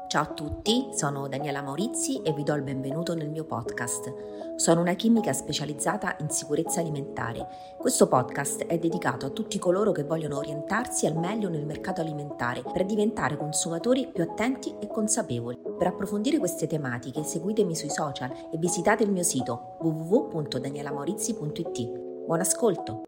Ciao a tutti, sono Daniela Maurizi e vi do il benvenuto nel mio podcast. Sono una chimica specializzata in sicurezza alimentare. Questo podcast è dedicato a tutti coloro che vogliono orientarsi al meglio nel mercato alimentare per diventare consumatori più attenti e consapevoli. Per approfondire queste tematiche seguitemi sui social e visitate il mio sito www.danielamaurizi.it. Buon ascolto!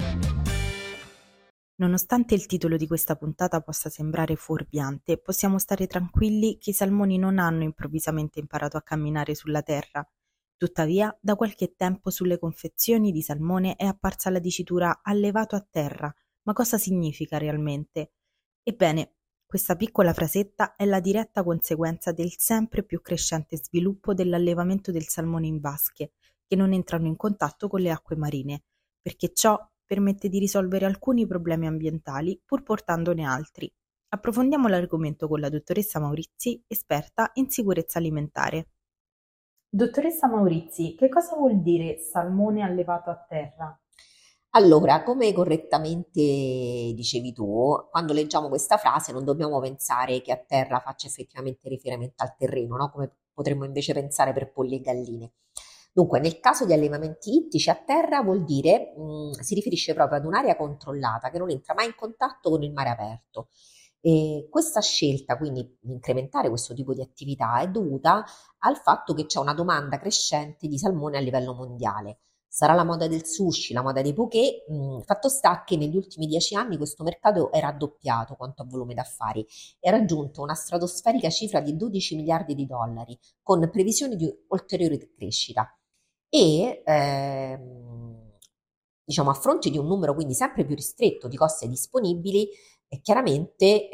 Nonostante il titolo di questa puntata possa sembrare fuorviante, possiamo stare tranquilli che i salmoni non hanno improvvisamente imparato a camminare sulla terra. Tuttavia, da qualche tempo sulle confezioni di salmone è apparsa la dicitura allevato a terra. Ma cosa significa realmente? Ebbene, questa piccola frasetta è la diretta conseguenza del sempre più crescente sviluppo dell'allevamento del salmone in vasche, che non entrano in contatto con le acque marine, perché ciò permette di risolvere alcuni problemi ambientali pur portandone altri. Approfondiamo l'argomento con la dottoressa Maurizi, esperta in sicurezza alimentare. Dottoressa Maurizi, che cosa vuol dire salmone allevato a terra? Allora, come correttamente dicevi tu, quando leggiamo questa frase non dobbiamo pensare che a terra faccia effettivamente riferimento al terreno, no? Come potremmo invece pensare per polli e galline. Dunque, nel caso di allevamenti ittici a terra vuol dire, si riferisce proprio ad un'area controllata che non entra mai in contatto con il mare aperto. E questa scelta, quindi, di incrementare questo tipo di attività è dovuta al fatto che c'è una domanda crescente di salmone a livello mondiale. Sarà la moda del sushi, la moda dei poké, fatto sta che negli ultimi 10 anni questo mercato è raddoppiato quanto a volume d'affari e ha raggiunto una stratosferica cifra di 12 miliardi di dollari, con previsioni di ulteriore crescita. E diciamo a fronte di un numero quindi sempre più ristretto di coste disponibili, chiaramente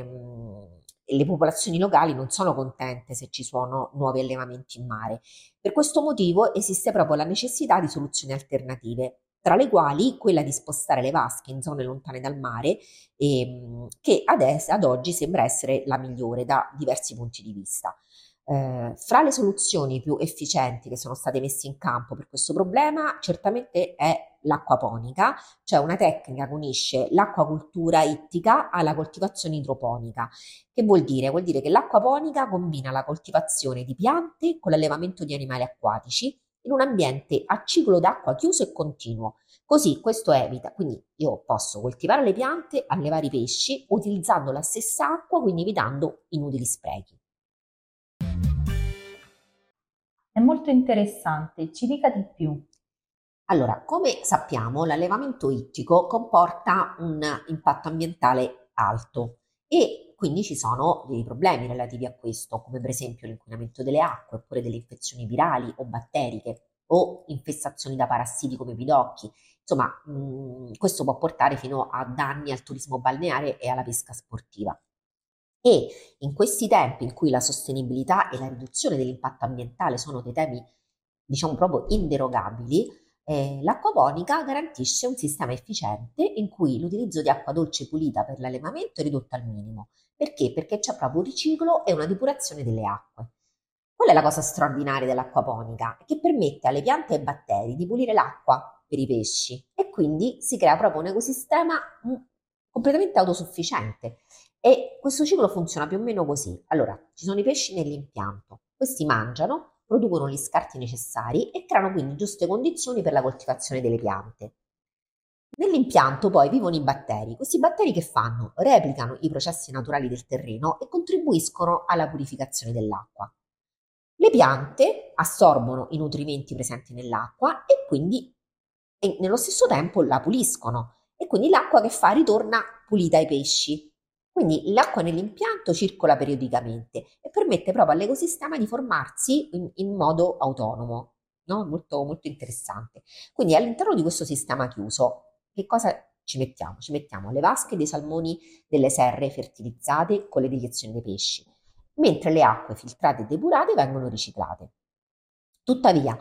le popolazioni locali non sono contente se ci sono nuovi allevamenti in mare. Per questo motivo esiste proprio la necessità di soluzioni alternative, tra le quali quella di spostare le vasche in zone lontane dal mare, che ad oggi sembra essere la migliore da diversi punti di vista. Fra le soluzioni più efficienti che sono state messe in campo per questo problema, certamente è l'acquaponica, cioè una tecnica che unisce l'acquacultura ittica alla coltivazione idroponica. Che vuol dire? Vuol dire che l'acquaponica combina la coltivazione di piante con l'allevamento di animali acquatici in un ambiente a ciclo d'acqua chiuso e continuo. Così questo evita, quindi io posso coltivare le piante, allevare i pesci utilizzando la stessa acqua, quindi evitando inutili sprechi. È molto interessante, ci dica di più. Allora, come sappiamo, l'allevamento ittico comporta un impatto ambientale alto e quindi ci sono dei problemi relativi a questo, come per esempio l'inquinamento delle acque, oppure delle infezioni virali o batteriche o infestazioni da parassiti come pidocchi. Insomma, questo può portare fino a danni al turismo balneare e alla pesca sportiva. E in questi tempi in cui la sostenibilità e la riduzione dell'impatto ambientale sono dei temi, diciamo, proprio inderogabili, l'acquaponica garantisce un sistema efficiente in cui l'utilizzo di acqua dolce pulita per l'allevamento è ridotto al minimo. Perché? Perché c'è proprio un riciclo e una depurazione delle acque. Qual è la cosa straordinaria dell'acquaponica? È che permette alle piante e ai batteri di pulire l'acqua per i pesci e quindi si crea proprio un ecosistema completamente autosufficiente. E questo ciclo funziona più o meno così. Allora, ci sono i pesci nell'impianto, questi mangiano, producono gli scarti necessari e creano quindi giuste condizioni per la coltivazione delle piante. Nell'impianto poi vivono i batteri. Questi batteri che fanno? Replicano i processi naturali del terreno e contribuiscono alla purificazione dell'acqua. Le piante assorbono i nutrimenti presenti nell'acqua e nello stesso tempo la puliscono e quindi l'acqua che fa ritorna pulita ai pesci. Quindi l'acqua nell'impianto circola periodicamente e permette proprio all'ecosistema di formarsi in modo autonomo, no? Molto, molto interessante. Quindi all'interno di questo sistema chiuso, che cosa ci mettiamo? Ci mettiamo le vasche dei salmoni delle serre fertilizzate con le deiezioni dei pesci, mentre le acque filtrate e depurate vengono riciclate. Tuttavia,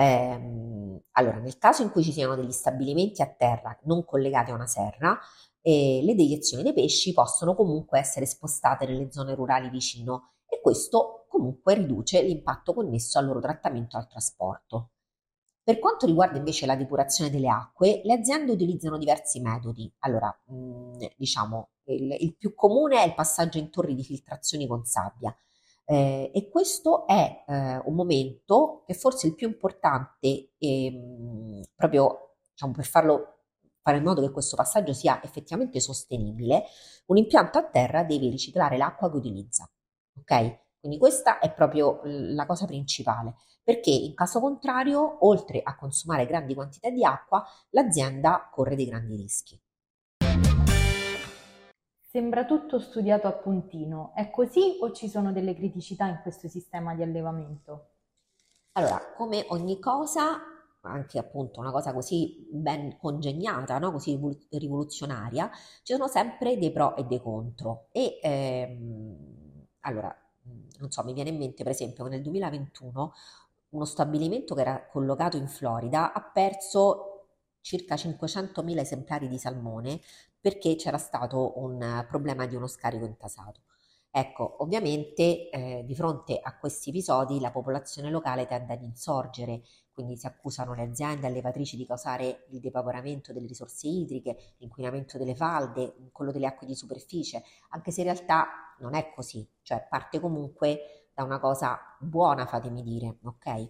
allora, nel caso in cui ci siano degli stabilimenti a terra non collegati a una serra, le deiezioni dei pesci possono comunque essere spostate nelle zone rurali vicino e questo comunque riduce l'impatto connesso al loro trattamento e al trasporto. Per quanto riguarda invece la depurazione delle acque, le aziende utilizzano diversi metodi. Allora, diciamo, il più comune è il passaggio in torri di filtrazioni con sabbia. E questo è un momento che forse è il più importante, proprio diciamo, per fare in modo che questo passaggio sia effettivamente sostenibile. Un impianto a terra deve riciclare l'acqua che utilizza, ok? Quindi questa è proprio la cosa principale, perché in caso contrario, oltre a consumare grandi quantità di acqua, l'azienda corre dei grandi rischi. Sembra tutto studiato a puntino. È così o ci sono delle criticità in questo sistema di allevamento? Allora, come ogni cosa, anche appunto una cosa così ben congegnata, no? Così rivoluzionaria, ci sono sempre dei pro e dei contro. E allora, non so, mi viene in mente per esempio che nel 2021 uno stabilimento che era collocato in Florida ha perso circa 500.000 esemplari di salmone perché c'era stato un problema di uno scarico intasato. Ecco, ovviamente di fronte a questi episodi la popolazione locale tende ad insorgere, quindi si accusano le aziende allevatrici di causare il depoporamento delle risorse idriche, l'inquinamento delle falde, quello delle acque di superficie, anche se in realtà non è così, cioè parte comunque da una cosa buona, fatemi dire, ok?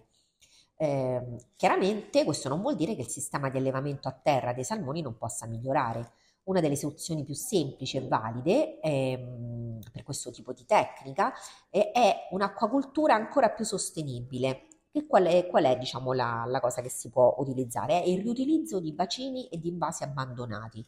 Chiaramente questo non vuol dire che il sistema di allevamento a terra dei salmoni non possa migliorare. Una delle soluzioni più semplici e valide per questo tipo di tecnica è un'acquacoltura ancora più sostenibile. E qual è, diciamo, la cosa che si può utilizzare? È il riutilizzo di bacini e di invasi abbandonati.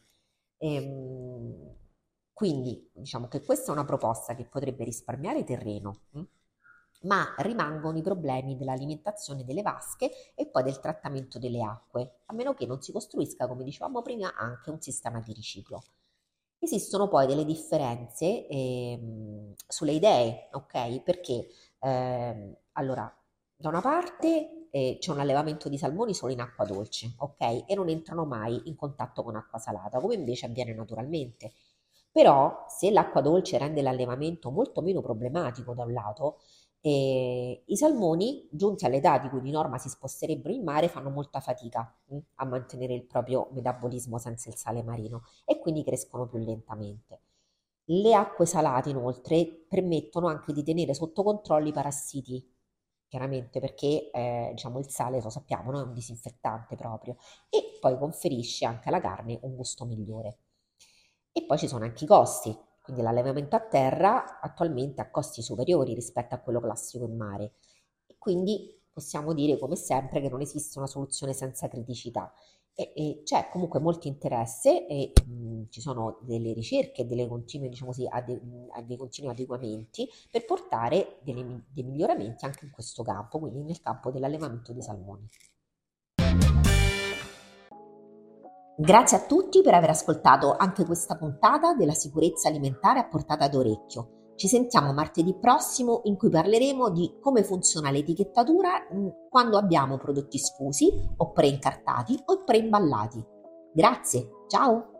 Ehm, quindi diciamo che questa è una proposta che potrebbe risparmiare terreno, ma rimangono i problemi dell'alimentazione delle vasche e poi del trattamento delle acque, a meno che non si costruisca, come dicevamo prima, anche un sistema di riciclo. Esistono poi delle differenze sulle idee, ok? Perché allora, da una parte c'è un allevamento di salmoni solo in acqua dolce, ok? E non entrano mai in contatto con acqua salata, come invece avviene naturalmente. Però se l'acqua dolce rende l'allevamento molto meno problematico da un lato, i salmoni, giunti all'età di cui di norma si sposterebbero in mare, fanno molta fatica a mantenere il proprio metabolismo senza il sale marino e quindi crescono più lentamente. Le acque salate, inoltre, permettono anche di tenere sotto controllo i parassiti, chiaramente perché diciamo, il sale, lo sappiamo, no? È un disinfettante proprio, e poi conferisce anche alla carne un gusto migliore. E poi ci sono anche i costi, quindi l'allevamento a terra attualmente ha costi superiori rispetto a quello classico in mare. E quindi possiamo dire, come sempre, che non esiste una soluzione senza criticità. E c'è comunque molto interesse e ci sono delle ricerche, delle continue, diciamo così, dei continui adeguamenti per portare dei miglioramenti anche in questo campo, quindi nel campo dell'allevamento dei salmoni. Grazie a tutti per aver ascoltato anche questa puntata della sicurezza alimentare a portata d'orecchio. Ci sentiamo martedì prossimo in cui parleremo di come funziona l'etichettatura quando abbiamo prodotti sfusi o preincartati o preimballati. Grazie, ciao!